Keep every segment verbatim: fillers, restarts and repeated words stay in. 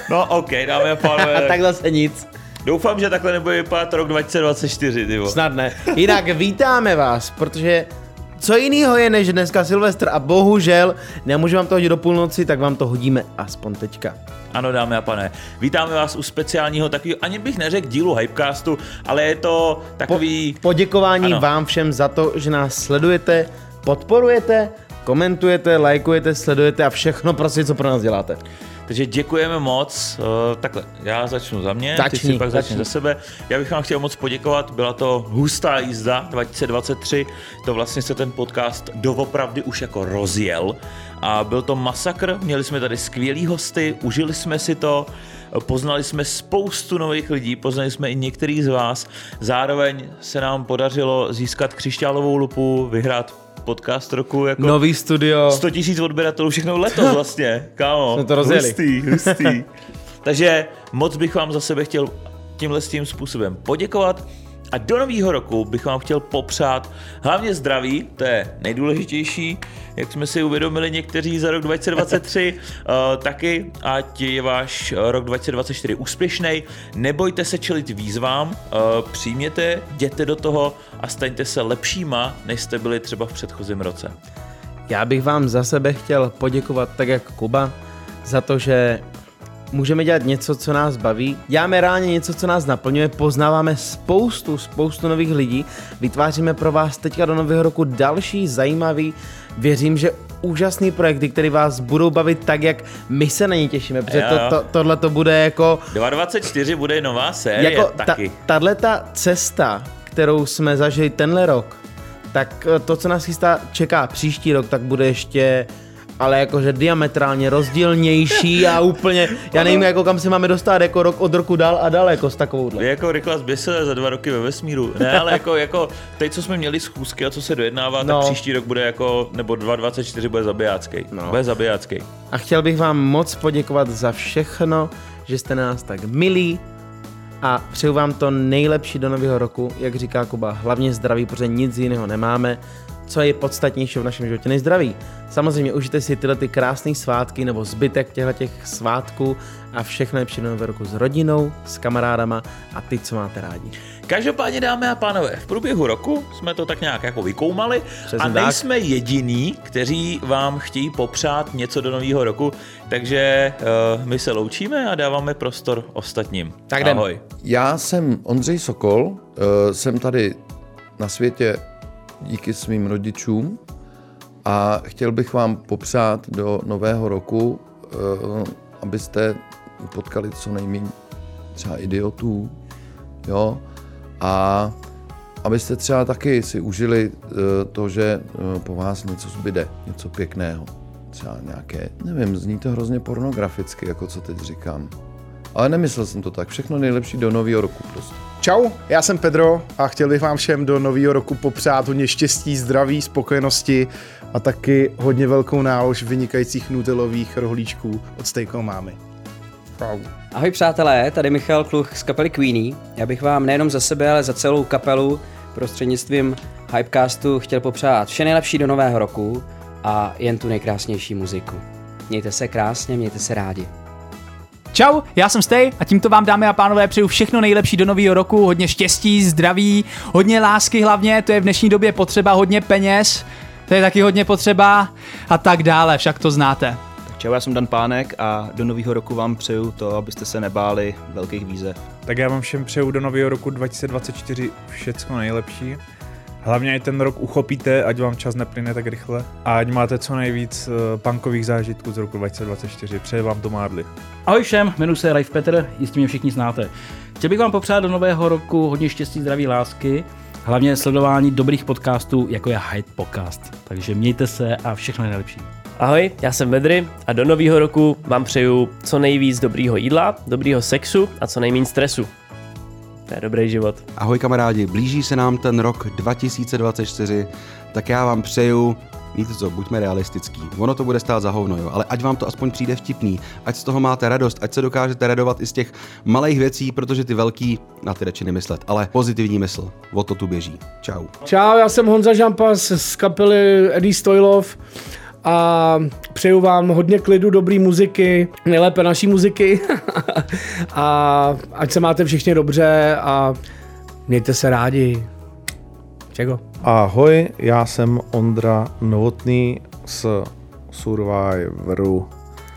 No ok, dáme a pánové. Tak zase nic. Doufám, že takhle nebude vypadat rok dva tisíce dvacet čtyři, tyvo. Snad ne. Jinak vítáme vás, protože co jiného je než dneska Silvestr a bohužel nemůžeme vám to hodit do půlnoci, tak vám to hodíme aspoň teďka. Ano, dámy a pane, vítáme vás u speciálního takového, ani bych neřekl dílu Hypecastu, ale je to takový... Po, poděkování ano. vám všem za to, že nás sledujete, podporujete, komentujete, lajkujete, sledujete a všechno prostě, co pro nás děláte. Takže děkujeme moc. Uh, takhle, já začnu za mě, začni, ty si pak začni. začni za sebe. Já bych vám chtěl moc poděkovat, byla to hustá jízda dva tisíce dvacet tři, to vlastně se ten podcast doopravdy už jako rozjel a byl to masakr, měli jsme tady skvělý hosty, užili jsme si to, poznali jsme spoustu nových lidí, poznali jsme i některý z vás, zároveň se nám podařilo získat křišťálovou lupu, vyhrát podcast roku, jako nový studio, sto tisíc odběratelů, všechno letos vlastně, kámo. Jsme to rozjeli. Hustý, hustý. Takže moc bych vám za sebe chtěl tímhle s tím způsobem poděkovat a do nového roku bych vám chtěl popřát hlavně zdraví, to je nejdůležitější, jak jsme si uvědomili někteří za rok dva tisíce dvacet tři, uh, taky, ať je váš rok dva tisíce dvacet čtyři úspěšnej, nebojte se čelit výzvám, uh, přijměte, jděte do toho a staňte se lepšíma, než jste byli třeba v předchozím roce. Já bych vám za sebe chtěl poděkovat, tak jak Kuba, za to, že můžeme dělat něco, co nás baví, děláme reálně něco, co nás naplňuje, poznáváme spoustu, spoustu nových lidí, vytváříme pro vás teďka do nového roku další zajímavý, věřím, že úžasný projekty, které vás budou bavit tak, jak my se na ně těšíme, protože to, to, tohle to bude jako... dva tisíce dvacet čtyři bude nová série jako taky. Ta, tahleta cesta, kterou jsme zažili tenhle rok, tak to, co nás chystá, čeká příští rok, tak bude ještě... ale jakože diametrálně rozdílnější a úplně, já nevím, jako kam se máme dostat, jako rok od roku dál a dál, jako s takovouhle. Je jako Niklas Běsile za dva roky ve vesmíru. Ne, ale jako, jako teď, co jsme měli schůzky a co se dojednává, no. Tak příští rok bude jako, nebo dva tisíce dvacet čtyři bude zabijácký. No. Bude zabijácký. A chtěl bych vám moc poděkovat za všechno, že jste nás tak milí a přeju vám to nejlepší do nového roku, jak říká Kuba, hlavně zdraví, protože nic jiného nemáme. Co je podstatnější v našem životě než zdraví. Samozřejmě užijte si tyhle ty krásné svátky nebo zbytek těchto svátků a všechno lepší do nového roku s rodinou, s kamarádama a ty, co máte rádi. Každopádně, dámy a pánové, v průběhu roku jsme to tak nějak jako vykoumali. Přesně a nejsme tak. jediní, kteří vám chtějí popřát něco do nového roku, takže uh, my se loučíme a dáváme prostor ostatním. Tak ahoj. Jdem. Já jsem Ondřej Sokol, uh, jsem tady na světě díky svým rodičům a chtěl bych vám popřát do nového roku, abyste potkali co nejméně třeba idiotů, jo, a abyste třeba taky si užili to, že po vás něco zbyde, něco pěkného, třeba nějaké, nevím, zní to hrozně pornograficky, jako co teď říkám. Ale nemyslel jsem to tak, všechno nejlepší do nového roku prostě. Čau, já jsem Pedro a chtěl bych vám všem do nového roku popřát hodně štěstí, zdraví, spokojenosti a taky hodně velkou nálož vynikajících nutelových rohlíčků od Stejko mámy. Čau. Ahoj přátelé, tady Michal Kluch z kapely Queenie. Já bych vám nejenom za sebe, ale za celou kapelu prostřednictvím Hypecastu chtěl popřát vše nejlepší do nového roku a jen tu nejkrásnější muziku. Mějte se krásně, mějte se rádi. Čau, já jsem Stej a tímto vám, dámy a pánové, přeju všechno nejlepší do nového roku, hodně štěstí, zdraví, hodně lásky hlavně, to je v dnešní době potřeba, hodně peněz, to je taky hodně potřeba a tak dále, však to znáte. Čau, já jsem Dan Pánek a do nového roku vám přeju to, abyste se nebáli velkých výzev. Tak já vám všem přeju do nového roku dva tisíce dvacet čtyři všecko nejlepší. Hlavně ať ten rok uchopíte, ať vám čas neplyne tak rychle a ať máte co nejvíc uh, punkových zážitků z roku dva tisíce dvacet čtyři. Přeji vám to Mádli. Ahoj všem, jmenuji se Rajf Petr, jistě mě všichni znáte. Chtěl bych vám popřát do nového roku hodně štěstí, zdraví, lásky, hlavně sledování dobrých podcastů, jako je Hyde Podcast. Takže mějte se a všechno nejlepší. Ahoj, já jsem Vedry a do nového roku vám přeju co nejvíc dobrýho jídla, dobrýho sexu a co nejméně stresu. To je dobrý život. Ahoj kamarádi, blíží se nám ten rok dva tisíce dvacet čtyři, tak já vám přeju, víte co, buďme realistický. Ono to bude stát za hovno, jo, ale ať vám to aspoň přijde vtipný, ať z toho máte radost, ať se dokážete radovat i z těch malých věcí, protože ty velký, na ty radši nemyslet, ale pozitivní mysl, o to tu běží. Čau. Čau, já jsem Honza Žampas z kapely Eddie Stoilov a přeju vám hodně klidu, dobrý muziky, nejlépe naší muziky a ať se máte všichni dobře a mějte se rádi. Čego? Ahoj, já jsem Ondra Novotný z Survivoru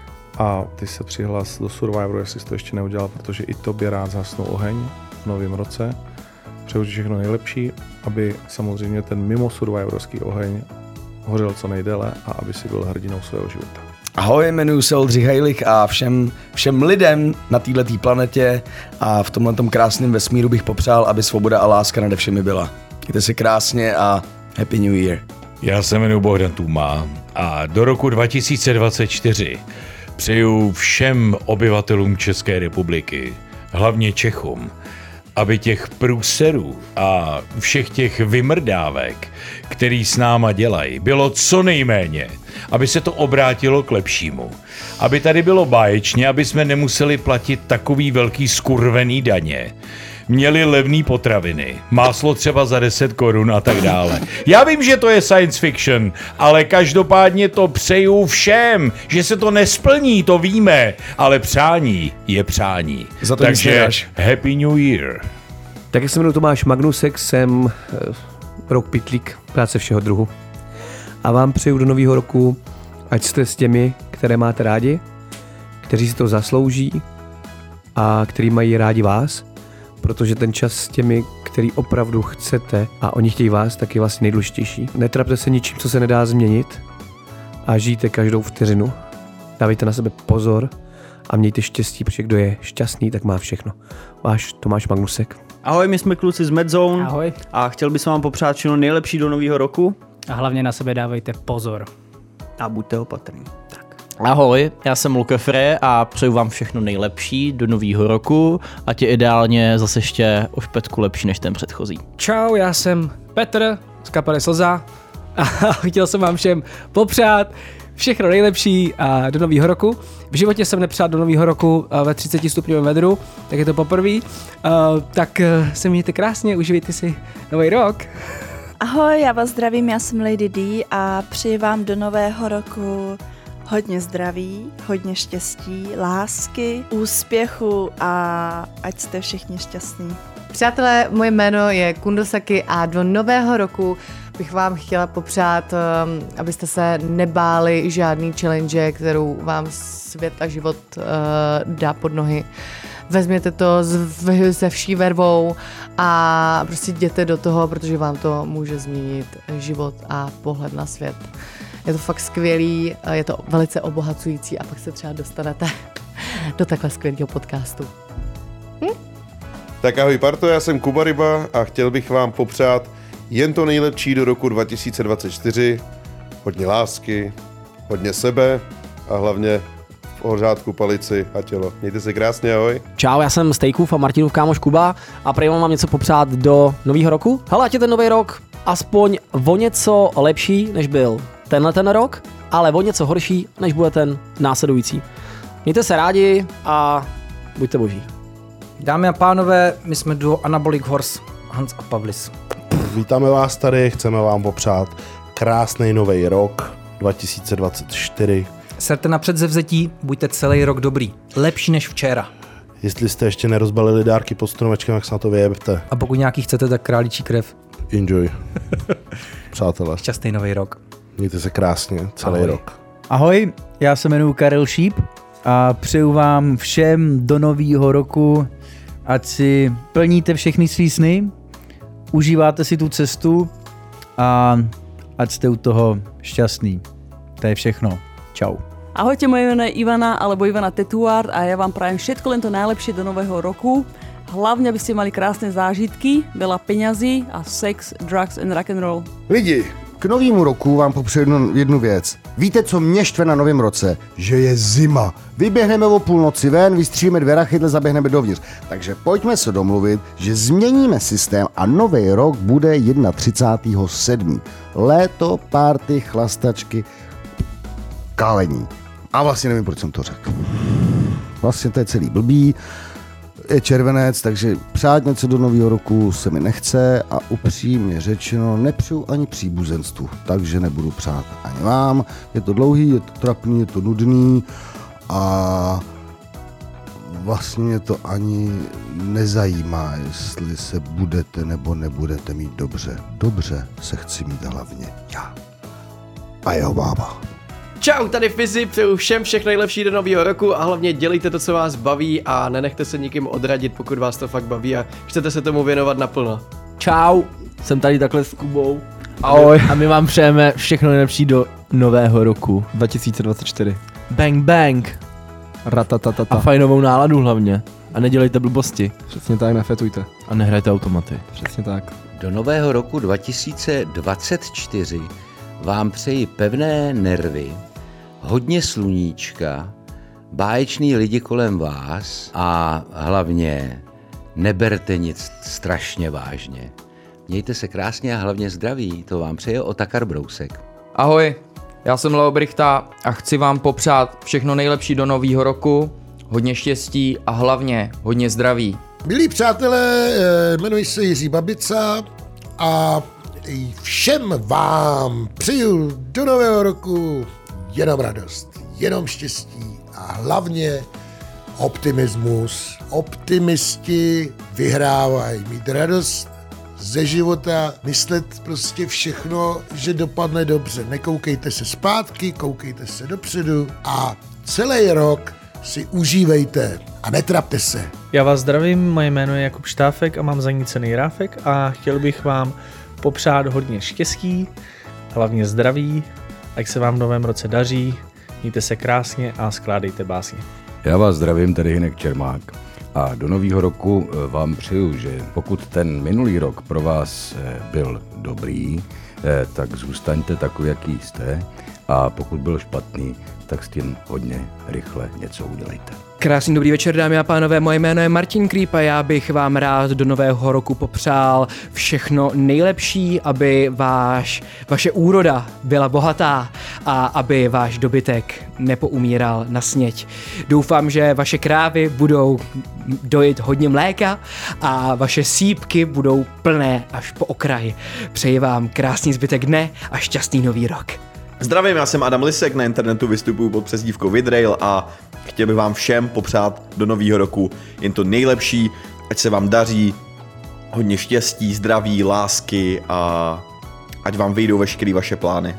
a ty se přihlas do Survivoru, jestli jsi to ještě neudělal, protože i tobě rád zhasnul oheň v novém roce. Přeju ti všechno nejlepší, aby samozřejmě ten mimo survivorský oheň hořel co nejdéle a aby si byl hrdinou svého života. Ahoj, jmenuji se Oldřich Hejlich a všem, všem lidem na této planetě a v tomhletom krásném vesmíru bych popřál, aby svoboda a láska nade všemi byla. Mějte se krásně a Happy New Year. Já se jmenuji Bohdan Tůma a do roku dva tisíce dvacet čtyři přeju všem obyvatelům České republiky, hlavně Čechům, aby těch průserů a všech těch vymrdávek, který s náma dělají, bylo co nejméně, aby se to obrátilo k lepšímu. Aby tady bylo báječně, aby jsme nemuseli platit takový velký skurvený daně. Měli levný potraviny, máslo třeba za deset korun a tak dále. Já vím, že to je science fiction, ale každopádně to přeju všem, že se to nesplní, to víme, ale přání je přání. Za to Takže Happy New Year. Tak jak se jmenuji Tomáš Magnusek, jsem uh, rok pitlík, práce všeho druhu. A vám přeju do nového roku, ať jste s těmi, které máte rádi, kteří si to zaslouží a kteří mají rádi vás, protože ten čas s těmi, který opravdu chcete a oni chtějí vás, tak je vlastně nejdůležitější. Netrapte se ničím, co se nedá změnit a žijte každou vteřinu. Dávejte na sebe pozor a mějte štěstí, protože kdo je šťastný, tak má všechno. Váš Tomáš Magnusek. Ahoj, my jsme kluci z Medzone. Ahoj. A chtěl bych vám popřát všechno nejlepší do nového roku. A hlavně na sebe dávejte pozor. A buďte opatrní. Ahoj, já jsem Lukefre a přeju vám všechno nejlepší do nového roku, ať je ideálně zase ještě o špetku lepší než ten předchozí. Čau, já jsem Petr z kapely Slza a chtěl jsem vám všem popřát všechno nejlepší a do nového roku. V životě jsem nepřál do nového roku ve třiceti stupňovém vedru, tak je to poprvé. Tak se mějte krásně, užijte si nový rok. Ahoj, já vás zdravím, já jsem Lady D a přeji vám do nového roku hodně zdraví, hodně štěstí, lásky, úspěchu a ať jste všichni šťastní. Přátelé, moje jméno je Kundosaki a do nového roku bych vám chtěla popřát, abyste se nebáli žádný challenge, kterou vám svět a život uh, dá pod nohy. Vezměte to se vší vervou a prostě jděte do toho, protože vám to může změnit život a pohled na svět. Je to fakt skvělý, je to velice obohacující a pak se třeba dostanete do takhle skvělého podcastu. Hm? Tak ahoj parto, já jsem Kuba Ryba a chtěl bych vám popřát jen to nejlepší do roku dva tisíce dvacet čtyři. Hodně lásky, hodně sebe a hlavně v pořádku palici a tělo. Mějte se krásně, ahoj. Čau, já jsem Stejkův a Martinův kámoš Kuba a přeji vám něco popřát do nového roku. Hele, ať je ten nový rok aspoň o něco lepší, než byl tenhle ten rok, ale o něco horší, než bude ten následující. Mějte se rádi a buďte boží. Dámy a pánové, my jsme duo Anabolic Horse, Hans a Pavlis. Vítáme vás tady, chceme vám popřát krásný nový rok dva tisíce dvacet čtyři. Serte na předzevzetí, buďte celý rok dobrý. Lepší než včera. Jestli jste ještě nerozbalili dárky pod stromečkem, jak se na to vyjebte. A pokud nějaký chcete, tak králičí krev. Enjoy. Přátelé. Šťastný nový rok. Mějte se krásně celý Ahoj. rok. Ahoj, já se jmenuji Karel Šíp a přeju vám všem do nového roku, ať si plníte všechny svý sny, užíváte si tu cestu a ať jste u toho šťastný. To je všechno. Čau. Ahojte, moje jméno je Ivana, alebo Ivana Tetuard a ja vám prajem všetko len to najlepšie do nového roku. Hlavne, aby ste mali krásne zážitky, veľa peňazí a sex, drugs and rock and roll. Lidi, k novému roku vám popřeju jednu, jednu věc. Víte, co mě štve na novém roce? Že je zima. Vyběhneme o půlnoci ven, vystřílíme dvě rachydle, zaběhneme dovnitř. Takže pojďme se domluvit, že změníme systém a nový rok bude třicátého sedmého Léto, party, chlastačky, kalení. A vlastně nevím, proč jsem to řekl. Vlastně to je celý blbý. je červenec, takže přát něco do nového roku se mi nechce a upřímně řečeno nepřeju ani příbuzenstvu, takže nebudu přát ani vám. Je to dlouhý, je to trapný, je to nudný a vlastně mě to ani nezajímá, jestli se budete nebo nebudete mít dobře. Dobře se chci mít hlavně já. A jeho máma. Čau, tady Fizi, přeju všem všechno nejlepší do nového roku a hlavně dělejte to, co vás baví a nenechte se nikým odradit, pokud vás to fakt baví a chcete se tomu věnovat naplno. Čau, jsem tady takhle s Kubou. Ahoj. A my vám přejeme všechno nejlepší do nového roku dva tisíce dvacet čtyři. Bang bang. Ratatatata. A fajnovou náladu hlavně. A nedělejte blbosti. Přesně tak, nefetujte. A nehrajte automaty. Přesně tak. Do nového roku dva tisíce dvacet čtyři vám přeji pevné nervy, hodně sluníčka, báječný lidi kolem vás a hlavně neberte nic strašně vážně. Mějte se krásně a hlavně zdraví, to vám přeje Otakar Brousek. Ahoj, já jsem Leo Brichta a chci vám popřát všechno nejlepší do nového roku, hodně štěstí a hlavně hodně zdraví. Milí přátelé, jmenuji se Jiří Babica a všem vám přeju do nového roku jenom radost, jenom štěstí a hlavně optimismus. Optimisti vyhrávají, mít radost ze života, myslet prostě všechno, že dopadne dobře. Nekoukejte se zpátky, koukejte se dopředu a celý rok si užívejte a netrapte se. Já vás zdravím, moje jméno je Jakub Štáfek a mám zanícený ráfek a chtěl bych vám popřát hodně štěstí, hlavně zdraví, ať se vám v novém roce daří, mějte se krásně a skládejte básně. Já vás zdravím, tady Hinek Čermák a do nového roku vám přeju, že pokud ten minulý rok pro vás byl dobrý, tak zůstaňte takový, jaký jste a pokud byl špatný, tak s tím hodně rychle něco udělejte. Krásný dobrý večer, dámy a pánové, moje jméno je Martin Krýp a já bych vám rád do nového roku popřál všechno nejlepší, aby váš, vaše úroda byla bohatá a aby váš dobytek nepoumíral na sněď. Doufám, že vaše krávy budou dojít hodně mléka a vaše sýpky budou plné až po okraj. Přeji vám krásný zbytek dne a šťastný nový rok. Zdravím, já jsem Adam Lisek, na internetu vystupuju pod přezdívkou Vidrail a chtěl bych vám všem popřát do nového roku jen to nejlepší, ať se vám daří, hodně štěstí, zdraví, lásky a ať vám vyjdou veškeré vaše plány.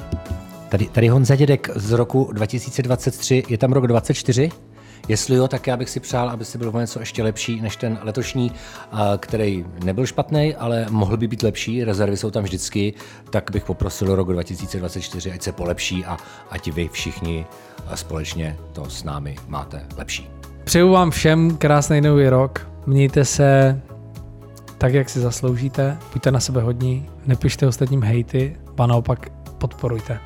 Tady, tady Honza Dědek z roku dva tisíce dvacet tři, je tam rok dvacet čtyři? Jestli jo, tak já bych si přál, aby si byl o něco ještě lepší než ten letošní, který nebyl špatný, ale mohl by být lepší, rezervy jsou tam vždycky, tak bych poprosil rok dva tisíce dvacet čtyři, ať se polepší a ať vy všichni společně to s námi máte lepší. Přeju vám všem krásný nový rok, mějte se tak, jak si zasloužíte, buďte na sebe hodní, nepište ostatním hejty, a naopak podporujte.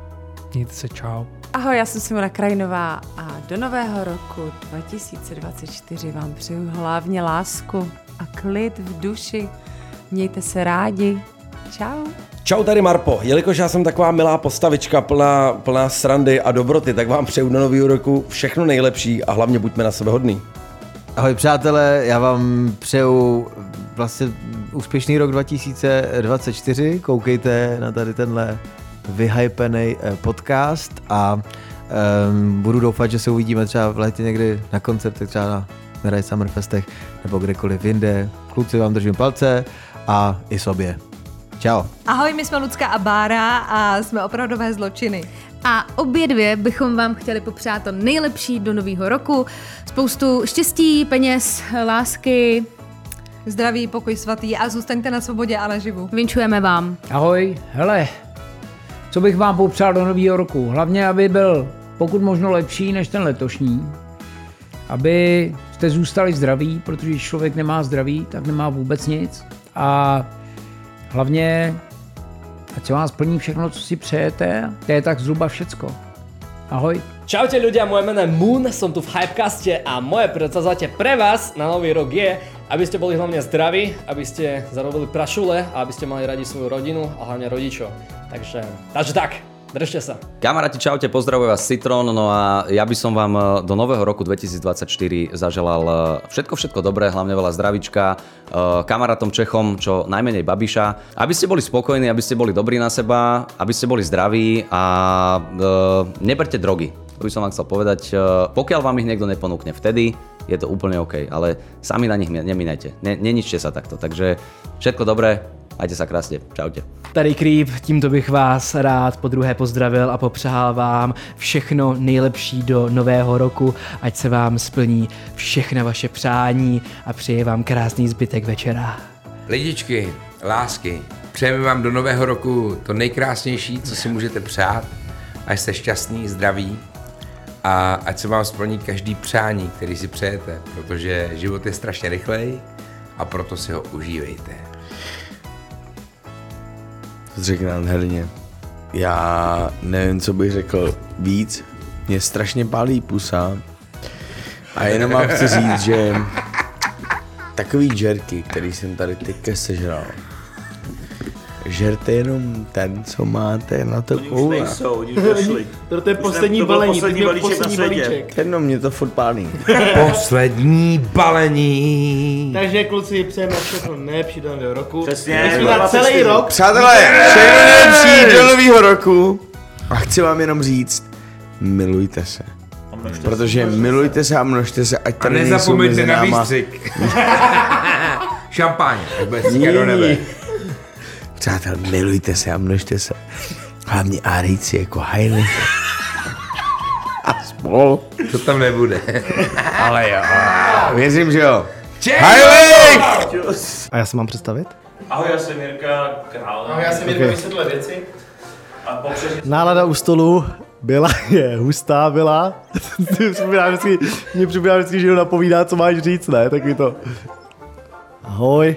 Mějte se, čau. Ahoj, já jsem Simona Krajinová a do nového roku dva tisíce dvacet čtyři vám přeju hlavně lásku a klid v duši. Mějte se rádi. Čau. Čau, tady Marpo. Jelikož já jsem taková milá postavička plná, plná srandy a dobroty, tak vám přeju do nového roku všechno nejlepší a hlavně buďme na sebe hodný. Ahoj přátelé, já vám přeju vlastně úspěšný rok dva tisíce dvacet čtyři. Koukejte na tady tenhle vyhypený podcast a um, budu doufat, že se uvidíme třeba v létě někdy na koncertech, třeba na Mirai Summerfestech nebo kdekoliv jinde. Kluci, vám držím palce a i sobě. Čau. Ahoj, my jsme Lucka a Bára a jsme opravdové zločiny. A obě dvě bychom vám chtěli popřát to nejlepší do nového roku. Spoustu štěstí, peněz, lásky, zdraví, pokoj svatý a zůstaňte na svobodě a naživu. Vinčujeme vám. Ahoj, hele, co bych vám popřál do nového roku? Hlavně, aby byl pokud možno lepší než ten letošní. Aby jste zůstali zdraví, protože když člověk nemá zdraví, tak nemá vůbec nic. A hlavně, ať se vám splní všechno, co si přejete, to je tak zhruba všecko. Ahoj. Čaute ľudia, moje meno je Moon, som tu v Hypecaste a moje predsavzatie pre vás na nový rok je, aby ste boli hlavne zdraví, aby ste zarobili prašule a aby ste mali radi svoju rodinu a hlavne rodičov. Takže, takže tak. Držte sa. Kamaráti, čaute, pozdravuje vás Citron, no a ja by som vám do nového roku dvetisícdvadsaťštyri zaželal všetko, všetko dobré, hlavne veľa zdravíčka, kamarátom Čechom čo najmenej Babiša, aby ste boli spokojní, aby ste boli dobrí na seba, aby ste boli zdraví a neberte drogy. To by som vám chcel povedať, pokiaľ vám ich niekto neponúkne vtedy, je to úplne OK, ale sami na nich neminajte, ne, neničte sa takto, takže všetko dobré, majte sa krásne, čaute. Tady Creep, tímto bych vás rád po druhé pozdravil a popřál vám všechno nejlepší do nového roku, ať se vám splní všechna vaše přání a přeji vám krásný zbytek večera. Lidičky, lásky, přejeme vám do nového roku to nejkrásnější, co si můžete přát, ať jste šťastný, zdraví a ať se vám splní každý přání, který si přejete, protože život je strašně rychlej a proto si ho užívejte. To řekl nádherně. Já nevím, co bych řekl víc. Mě strašně pálí pusa. A jenom vám chci říct, že takový džerky, který jsem tady teďka sežral, žerte jenom ten, co máte na to koule. Oni už nejsou, oni už došli. To je poslední balení, poslední balíček na světě. Jenom mě to furt pálí. Poslední balení. Takže kluci, přejeme všechno nejlepší do nového roku. Přesně. My jsme na celý rok. Přátelé, všechno nejlepší do nového roku. A chci vám jenom říct, milujte se. Protože milujte se a množte se, ať tady nejsou mezi náma. A nezapomeňte na výstřik. Šampaň, bez do nebe. Přátel, milujte se a množte se. Hlavně árijci jako Heinrich a spol. To tam nebude. Ale jo, věřím, že jo. Heinrich! A já se mám představit? Ahoj, já jsem Jirka Král. Ahoj, já jsem Jirka okay. Vysvětlé věci. A popřežit... Nálada u stolu byla, je hustá byla. Mě připomíná vždycky, že ho napovídá, co máš říct, ne? Taky to. Ahoj.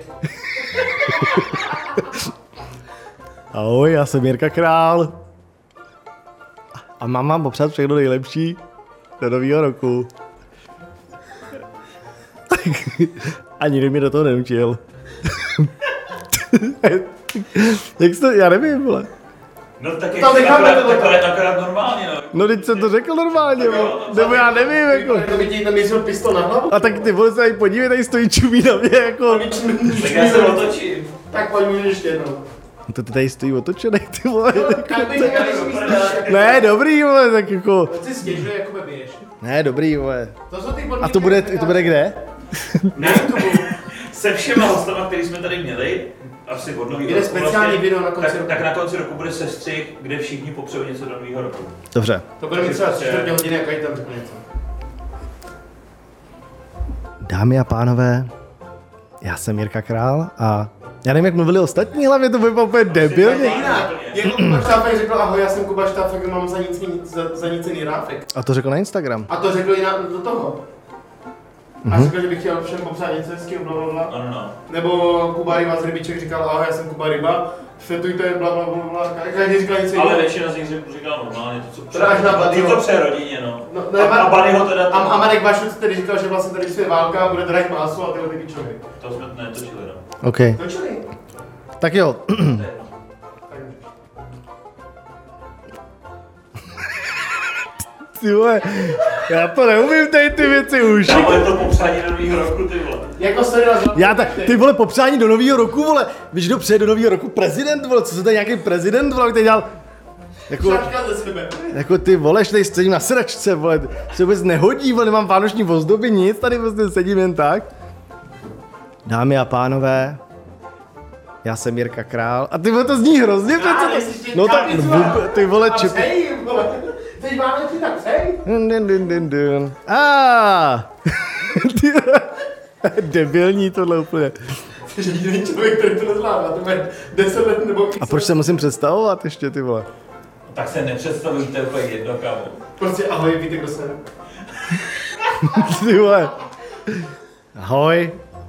Ahoj, já jsem Jirka Král. A mám vám popřát všechno nejlepší do nového roku. A nikdy mě do toho neučil. Jak jsi to, já nevím, vole. No tak jak jsi akorát, akorát, akorát normálně, no. No teď jsem to řekl normálně, vole. Nebo já nevím, jako. To by ti tam měřil pistol na hlavu? A tak ty vole se tady podívej, tady stojí čumí na mě, jako. Tak já se otočím. Tak pojď mi ještě jednou. No to tady stojí otočený, ty vole. Ne, dobrý, vole, tak jako. To si stěžuje, jako běž. Ne, dobrý, vole. To jsou ty A to bude, to bude kde? Na YouTube. Se všema hostama, který jsme tady měli, asi od nového roku. Speciální video na konci tak, roku. Tak na konci roku bude sestřih, kde všichni popřejou něco do nového roku. Dobře. To bude mít třeba čtyři hodiny, jak tam řekne něco. Dámy a pánové, já jsem Jirka Král a já nevím, jak mluvili ostatní, hlavně to bude úplně debilně. Jak Kuba Štáfek řekl, ahoj, já jsem Kuba Štáfek, mám zanícený, zanícený ráfek. A to řekl na Instagram. A to řekl i na, do toho. A Mhm. řekl, že bych chtěl všem popřát něco hezkého, blablabla. No, no, no. Nebo Kuba Ryba z Rybiček říkal, ahoj, já jsem Kuba Ryba, fetujte, blablabla. Každý říkal něco jiného. Ale většina z nich říkal normálně, to co Teda až na Buddyho. To co pře rodině, no. No, no a, a Buddyho teda... A, a Marek Vašuc tedy říkal, že vlastně tady je válka a bude drahit máso a tyhle ty pičovy. To jsme netočili, no. OK. Točili? Tak jo. Ty vole, já to neumím tady ty věci už. Ale to popřání do nového roku, ty vole. Jako se já tak, ty vole, popřání do nového roku, vole. Víš, kdo přijde do nového roku? Prezident, vole, co se tady nějaký prezident, vole, který dělal... Jako, jako ty vole, tady sedím na sedačce, vole, se vůbec nehodí, vole, nemám vánoční ozdoby, nic, tady prostě sedím jen tak. Dámy a pánové, já jsem Jirka Král. A ty vole, to zní hrozně, přece. No tak, ty vole, čip... Teď máme ti tak přeji. Dun, dun, dun, dun, dun. A. Debilní tohle úplně. Že jediný člověk, který to nezvládá, to bude deset let nebo A proč se musím představovat ještě, ty vole? Tak se nepředstavuj, to je úplně jedno, kámo. Prostě ahoj, víte, kdo jsem. Ty vole. Ahoj.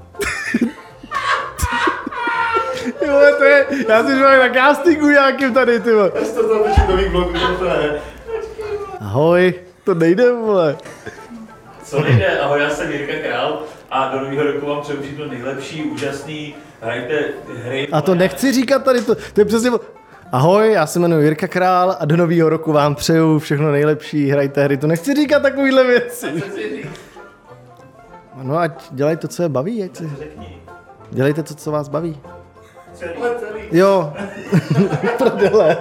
Ty vole, to je, já si žiju na castingu nějakým tady, ty vole. Já si to zatočím nový vlog, to ne. Ahoj, to nejde, vole. Co nejde? Ahoj, já jsem Jirka Král a do nového roku vám přeju všechno nejlepší, úžasný, hrajte hry. A to nechci říkat tady, to, to je přesně... Ahoj, já se jmenuji Jirka Král a do nového roku vám přeju všechno nejlepší, hrajte hry, to nechci říkat takovýhle věci. No ať dělej to, co je baví, ať si... Dělejte to, co vás baví. Jo, prdele.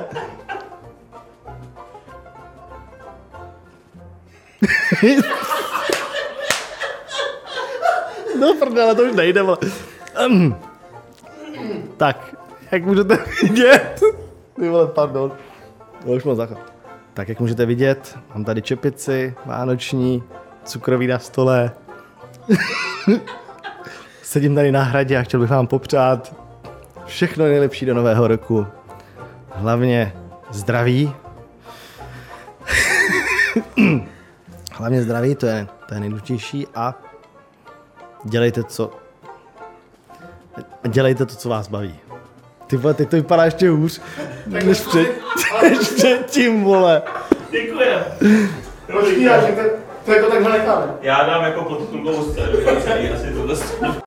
No prdele, to už nejde, vole. Um. Tak, jak můžete vidět... Ty vole, pardon. No, už mám záchod. Tak, jak můžete vidět, mám tady čepici, vánoční, cukroví na stole. Sedím tady na hradě a chtěl bych vám popřát všechno nejlepší do nového roku. Hlavně zdraví. Hlavně zdraví, to je, to je nejdůležitější a dělejte co... Dělejte to, co vás baví. Ty vole, teď to vypadá ještě hůř, než před, než předtím, vole. Děkujem. Počkej, to, to jako takhle necháme. Já dám jako podtitulkovou scénu, asi tohle.